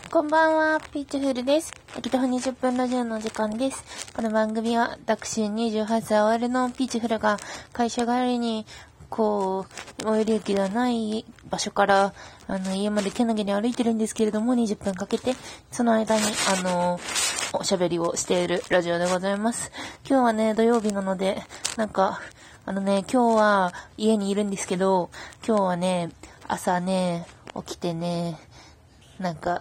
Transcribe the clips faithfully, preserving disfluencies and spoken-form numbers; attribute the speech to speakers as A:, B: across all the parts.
A: こんばんは、ピーチフルです。秋田ふにじゅっぷんラジオの時間です。この番組は、私にじゅうはっさい終わりのピーチフルが会社帰りに、こう、最寄り駅がない場所から、あの、家までけなげに歩いてるんですけれども、にじゅっぷんかけて、その間に、あの、おしゃべりをしているラジオでございます。今日はね、土曜日なので、なんか、あのね、今日は家にいるんですけど、今日はね、朝ね、起きてね、なんか、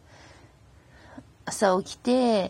A: 朝起きて、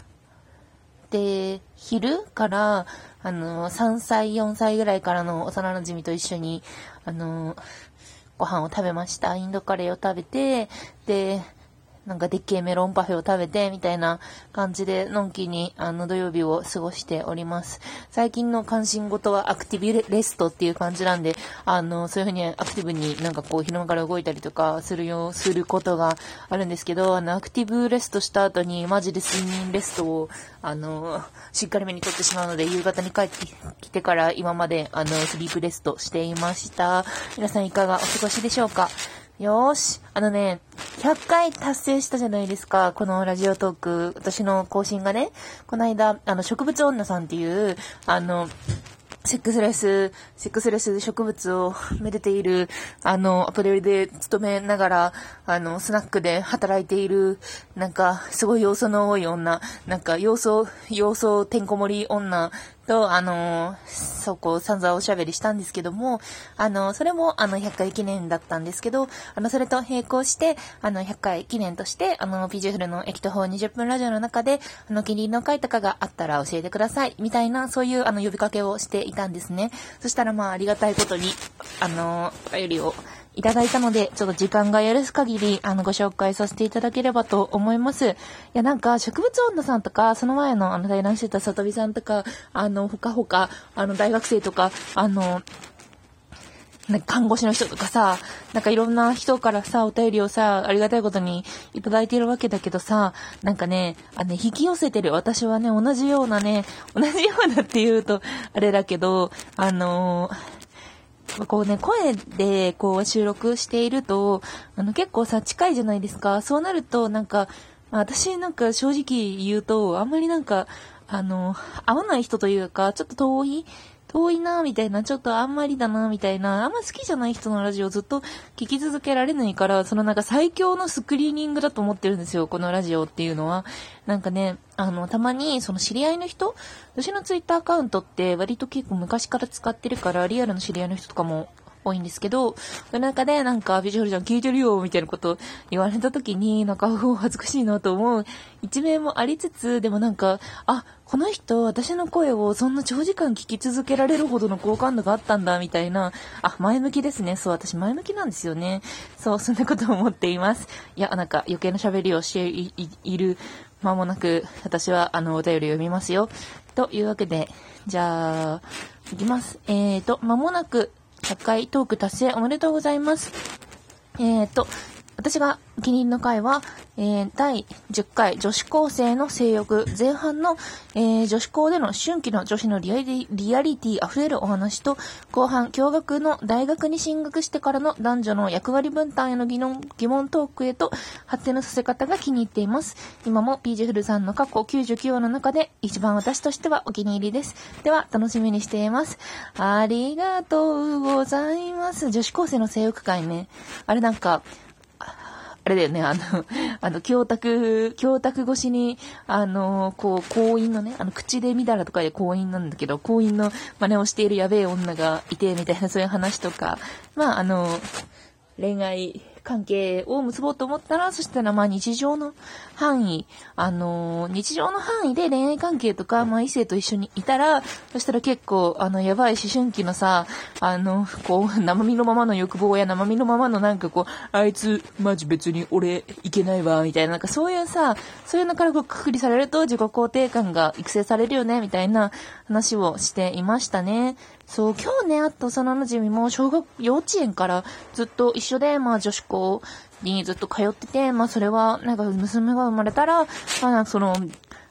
A: で、昼から、あの、さんさい、よんさいぐらいからの幼馴染と一緒に、あの、ご飯を食べました。インドカレーを食べて、で、なんかでっけえメロンパフェを食べて、みたいな感じで、のんきに、あの、土曜日を過ごしております。最近の関心事はアクティブレストっていう感じなんで、あの、そういう風にアクティブになんかこう、昼間から動いたりとかするよ、することがあるんですけど、あの、アクティブレストした後に、マジで睡眠レストを、あの、しっかりめにとってしまうので、夕方に帰ってきてから今まで、あの、スリープレストしていました。皆さんいかがお過ごしでしょうか？よーし。あのね、ひゃっかい達成したじゃないですか。このラジオトーク、私の更新がね、この間、あの、植物女さんっていう、あの、セックスレス、セックスレスで植物をめでている、あの、アパレルで勤めながら、あの、スナックで働いている、なんか、すごい要素の多い女、なんか、要素、要素てんこ盛り女と、あの、そこ、散々おしゃべりしたんですけども、あの、それも、あの、ひゃっかい記念だったんですけど、あの、それと並行して、あの、ひゃっかい記念として、あの、ピーチフルの駅徒歩にじゅっぷんラジオの中で、あの、お気に入りの回とかがあったら教えてください、みたいな、そういう、あの、呼びかけをしていたんですね。そしたら、まあ、ありがたいことに、あの、お便りをいただいたので、ちょっと時間が許す限り、あの、ご紹介させていただければと思います。いや、なんか、植物女さんとか、その前の、あの、対談してたさとみさんとか、あの、ほかほか、あの、大学生とか、あの、なんか看護師の人とかさ、なんかいろんな人からさ、お便りをさ、ありがたいことにいただいているわけだけどさ、なんかね、あのね、引き寄せてる私はね、同じようなね、同じようなって言うと、あれだけど、あのー、こうね、声でこう収録していると、あの結構さ、近いじゃないですか。そうなると、なんか、まあ、私なんか正直言うと、あんまりなんか、あの、合わない人というか、ちょっと遠い遠いなみたいな、ちょっとあんまりだなみたいな、あんま好きじゃない人のラジオをずっと聞き続けられないから、そのなんか最強のスクリーニングだと思ってるんですよ、このラジオっていうのは。なんかね、あの、たまにその知り合いの人、私のツイッターアカウントって割と結構昔から使ってるから、リアルの知り合いの人とかも多いんですけど、その中でなんか、ビジュアルちゃん聞いてるよ、みたいなこと言われた時に、なんか、恥ずかしいなと思う一面もありつつ、でもなんか、あ、この人、私の声をそんな長時間聞き続けられるほどの好感度があったんだ、みたいな、あ、前向きですね。そう、私前向きなんですよね。そう、そんなことを思っています。いや、なんか、余計な喋りをしてい、い、いる間もなく、私は、あの、お便りを読みますよ。というわけで、じゃあ、いきます。えーと、間もなく、ひゃっかいトーク達成おめでとうございます。えーと、私がお気に入りの回は、えー、だいじゅっかい女子高生の性欲前半の、えー、女子高での思春期の女子のリアリ、リアリティ溢れるお話と、後半共学の大学に進学してからの男女の役割分担への疑問、疑問トークへと発展のさせ方が気に入っています。今もピージフルさんの過去きゅうじゅうきゅうわの中で一番私としてはお気に入りです。では楽しみにしています。ありがとうございます。女子高生の性欲会ね。あれなんか、あれだよね、あの、あの、教託、教託越しに、あの、こう、婚姻のね、あの、口でみだらとかで婚姻なんだけど、婚姻の真似をしているやべえ女がいて、みたいなそういう話とか、まあ、あの、恋愛関係を結ぼうと思ったら、そしたらまあ日常の範囲、あのー、日常の範囲で恋愛関係とか、まあ異性と一緒にいたら、そしたら結構、あの、やばい思春期のさ、あの、こう、生身のままの欲望や生身のままのなんかこう、あいつ、マジ別に俺いけないわ、みたいな、なんかそういうさ、そういうのからこう、くくりされると自己肯定感が育成されるよね、みたいな話をしていましたね。そう、今日ね、あと幼馴染も小学、幼稚園からずっと一緒で、まあ女子校にずっと通ってて、まあそれは、なんか娘が生まれたら、まあその、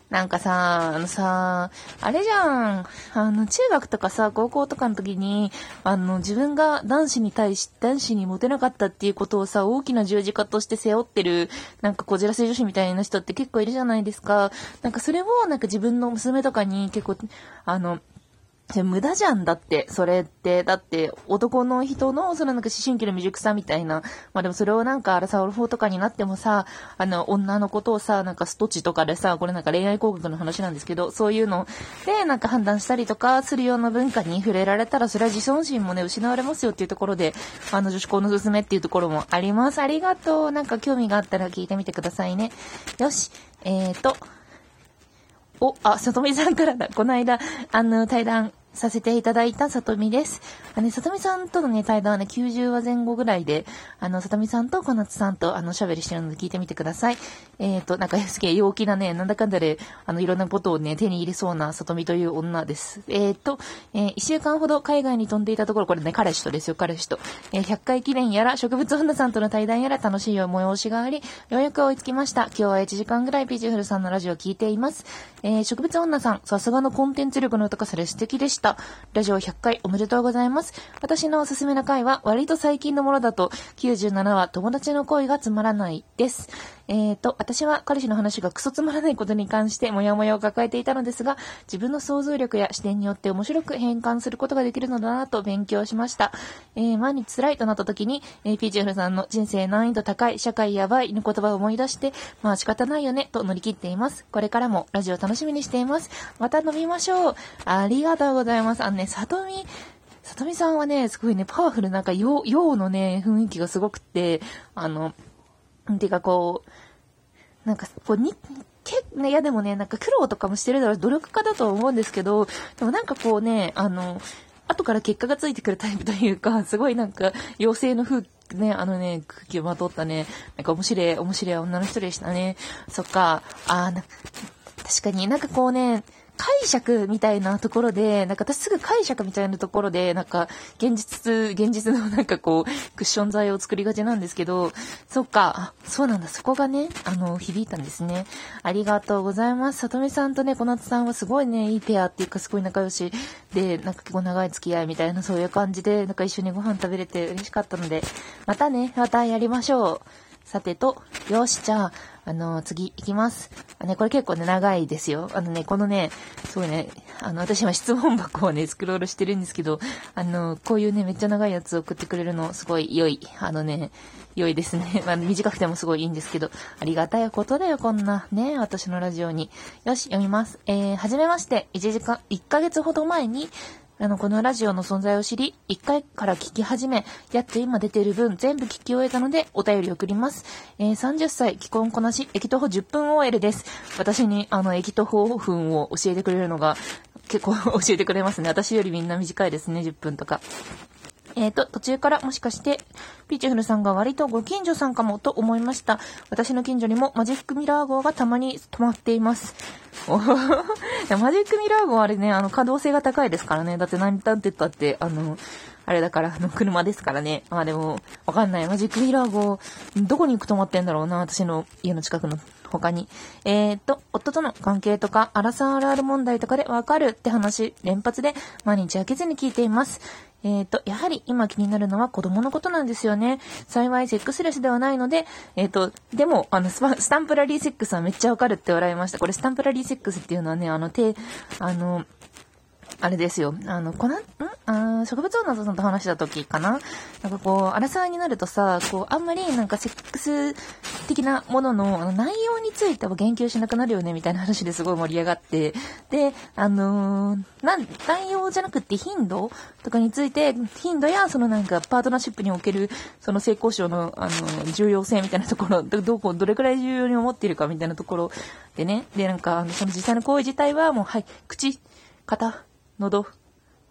A: なんかさ、あのさ、あれじゃん。あの、中学とかさ、高校とかの時に、あの、自分が男子に対し、男子にモテなかったっていうことをさ、大きな十字架として背負ってる、なんかこじらせ女子みたいな人って結構いるじゃないですか。なんかそれを、なんか自分の娘とかに結構、あの、無駄じゃんだって、それって。だって、男の人の、そのなんか思春期の未熟さみたいな。まあでもそれをなんか、アラサーフォーとかになってもさ、あの、女のことをさ、なんかストチとかでさ、これなんか恋愛工学の話なんですけど、そういうので、なんか判断したりとかするような文化に触れられたら、それは自尊心もね、失われますよっていうところで、あの、女子校のすすめっていうところもあります。ありがとう。なんか興味があったら聞いてみてくださいね。よし。えーと。お、あ、さとみさんからだ。この間、あの、対談、させていただいたさとみです。あのね、さとみさんとのね、対談はね、きゅうじゅうわぜん後ぐらいで、あの、さとみさんと小夏さんと、あの、喋りしてるので聞いてみてください。えっと、なんか、すげえ陽気なね、なんだかんだで、あの、いろんなことをね、手に入れそうなさとみという女です。えっと、えー、いっしゅうかんほど海外に飛んでいたところ、これね、彼氏とですよ、彼氏と。えー、ひゃっかい記念やら、植物女さんとの対談やら、楽しい催しがあり、ようやく追いつきました。今日はいちじかんぐらいピーチフルさんのラジオを聞いています。えー、植物女さん、さすがのコンテンツ力の高さで素敵でした。ラジオひゃっかいおめでとうございます。私のおすすめな回は割と最近のものだときゅうじゅうななは友達の恋がつまらないです。えーと、私は彼氏の話がクソつまらないことに関してモヤモヤを抱えていたのですが、自分の想像力や視点によって面白く変換することができるのだなと勉強しました。えー、毎日辛いとなった時に、えー、ピーチフルさんの人生難易度高い、社会やばいの言葉を思い出して、まあ仕方ないよねと乗り切っています。これからもラジオ楽しみにしています。また飲みましょう。ありがとうございます。あのね、さとみ、さとみさんはね、すごいね、パワフルなんか、よう、ようのね、雰囲気がすごくって、あの、てかこう、なんか、こう、に、け、ね、いやでもね、なんか苦労とかもしてるだろう、努力家だとは思うんですけど、でもなんかこうね、あの、後から結果がついてくるタイプというか、すごいなんか、妖精の風、ね、あのね、空気をまとったね、なんか面白い、面白い女の人でしたね。そっか、あー、確かになんかこうね、解釈みたいなところで、なんか私すぐ解釈みたいなところで、なんか現実、現実のなんかこう、クッション材を作りがちなんですけど、そっか、そうなんだ、そこがね、あの、響いたんですね。ありがとうございます。さとみさんとね、小夏さんはすごいね、いいペアっていうかすごい仲良しで、なんか結構長い付き合いみたいなそういう感じで、なんか一緒にご飯食べれて嬉しかったので、またね、またやりましょう。さてと、よし、じゃあ、あの、次行きます。あね、これ結構ね、長いですよ。あのね、このね、そうね、あの、私は質問箱をね、スクロールしてるんですけど、あの、こういうね、めっちゃ長いやつを送ってくれるの、すごい良い。あのね、良いですね。まあ、短くてもすごいいいんですけど、ありがたいことだよ、こんな、ね、私のラジオに。よし、読みます。えー、はじめまして、いちじかん、いっかげつほど前に、あの、このラジオの存在を知り、いっかいから聞き始め、やっと今出ている分、全部聞き終えたので、お便り送ります。えー、さんじゅっさい、既婚こなし、駅徒歩じゅっぷん オーエル です。私に、あの、駅徒歩分を教えてくれるのが、結構教えてくれますね。私よりみんな短いですね、じゅっぷんとか。えーと、途中からもしかして、ピーチフルさんが割とご近所さんかもと思いました。私の近所にもマジックミラー号がたまに止まっています。マジックミラー号あれね、あの、可動性が高いですからね。だって何だって言ったって、あの、あれだから、あの、車ですからね。まあでも、わかんない。マジックミラー号、どこに行く止まってんだろうな、私の家の近くの他に。えーと、夫との関係とか、アラサーあるある問題とかでわかるって話、連発で毎日飽きずに聞いています。えーと、やはり今気になるのは子供のことなんですよね。幸いセックスレスではないので、えーと、でも、あのスパ、スタンプラリーセックスはめっちゃわかるって笑いました。これスタンプラリーセックスっていうのはね、あの、手、あの、あれですよ。あの、こな、んあ植物女さんと話した時かななんかこう、アラサーになるとさ、こう、あんまりなんかセックス的なものの、あの内容については言及しなくなるよね、みたいな話ですごい盛り上がって、で、あのー、なん、内容じゃなくって頻度とかについて、頻度やそのなんかパートナーシップにおける、その性交渉の、あのー、重要性みたいなところ、ど、どこ、どれくらい重要に思っているかみたいなところでね、で、なんか、その実際の行為自体はもう、はい、口、肩、喉、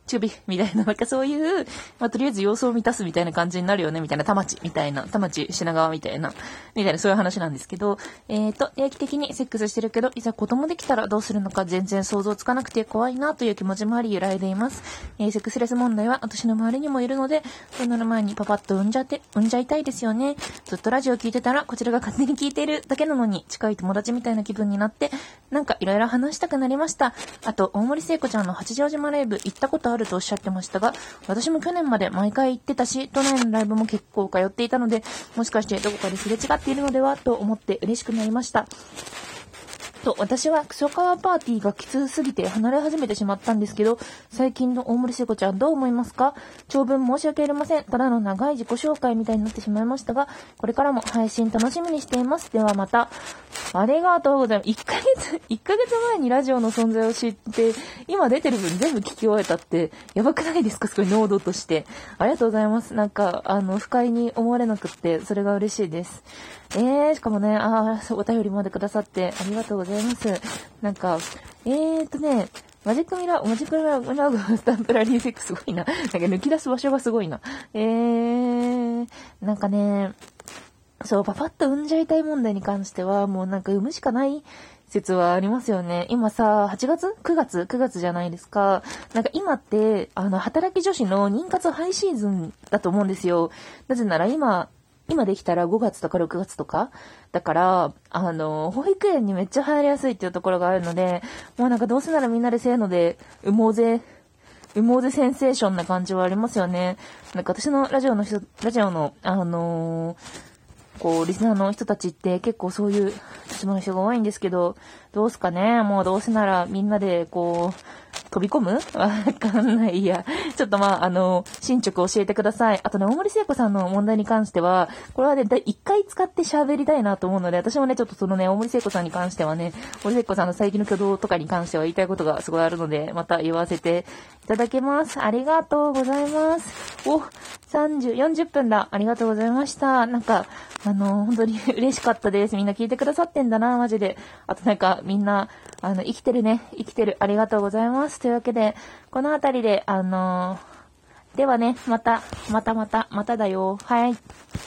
A: チュビみたいな、なんかそういう、まあ、とりあえず様子を満たすみたいな感じになるよね、みたいな、田町みたいな、田町品川みたいな、みたいな、そういう話なんですけど、えーと、定期的にセックスしてるけど、いざ子供できたらどうするのか全然想像つかなくて怖いなという気持ちもあり揺らいでいます。えー、セックスレス問題は私の周りにもいるので、そうなる前にパパッと産んじゃって、産んじゃいたいですよね。ずっとラジオ聞いてたら、こちらが勝手に聞いているだけなのに、近い友達みたいな気分になって、なんかいろいろ話したくなりました。あと、大森聖子ちゃんの八丈島ライブ行ったことあるとおっしゃってましたが、私も去年まで毎回行ってたし、都内のライブも結構通っていたので、もしかしてどこかですれ違っているのではと思って嬉しくなりました。と、私はクソカワパーティーがきつすぎて離れ始めてしまったんですけど、最近の大森聖子ちゃんどう思いますか？長文申し訳ありません。ただの長い自己紹介みたいになってしまいましたが、これからも配信楽しみにしています。ではまた。ありがとうございます。いっかげつ、いっかげつまえにラジオの存在を知って、今出てる分全部聞き終えたって、やばくないですか？すごい濃度として。ありがとうございます。なんか、あの、不快に思われなくって、それが嬉しいです。えー、しかもね、あー、お便りまでくださってありがとうございます。なんか、えーとね、マジックミラー、マジックミラー、ラグスタンプラリーセックすごいな。なんか抜き出す場所がすごいな。えー、なんかね、そう、パパッと産んじゃいたい問題に関しては、もうなんか産むしかない説はありますよね。今さ、はちがつ ?く 月 ?く 月じゃないですか。なんか今って、あの、働き女子の妊活ハイシーズンだと思うんですよ。なぜなら今、今できたらごがつとかろくがつとかだから、あの、保育園にめっちゃ入りやすいっていうところがあるので、もうなんかどうせならみんなでせーので産もうぜ、産もうぜセンセーションな感じはありますよね。なんか私のラジオの人、ラジオの、あのー、こう、リスナーの人たちって結構そういう立場の人が多いんですけど、どうすかね？もうどうせならみんなでこう、飛び込む？わかんないや。ちょっとまあ、あの、進捗教えてください。あとね、大森聖子さんの問題に関しては、これはね、一回使って喋りたいなと思うので、私もね、ちょっとそのね、大森聖子さんに関してはね、大森聖子さんの最近の挙動とかに関しては言いたいことがすごいあるので、また言わせていただきます。ありがとうございます。お、さんじゅう、よんじゅっぷんだ。ありがとうございました。なんか、あの、本当に嬉しかったです。みんな聞いてくださってんだな、マジで。あとなんか、みんな、あの、生きてるね。生きてる。ありがとうございます。というわけで、このあたりで、あのー、ではね、また、またまた、まただよ。はい。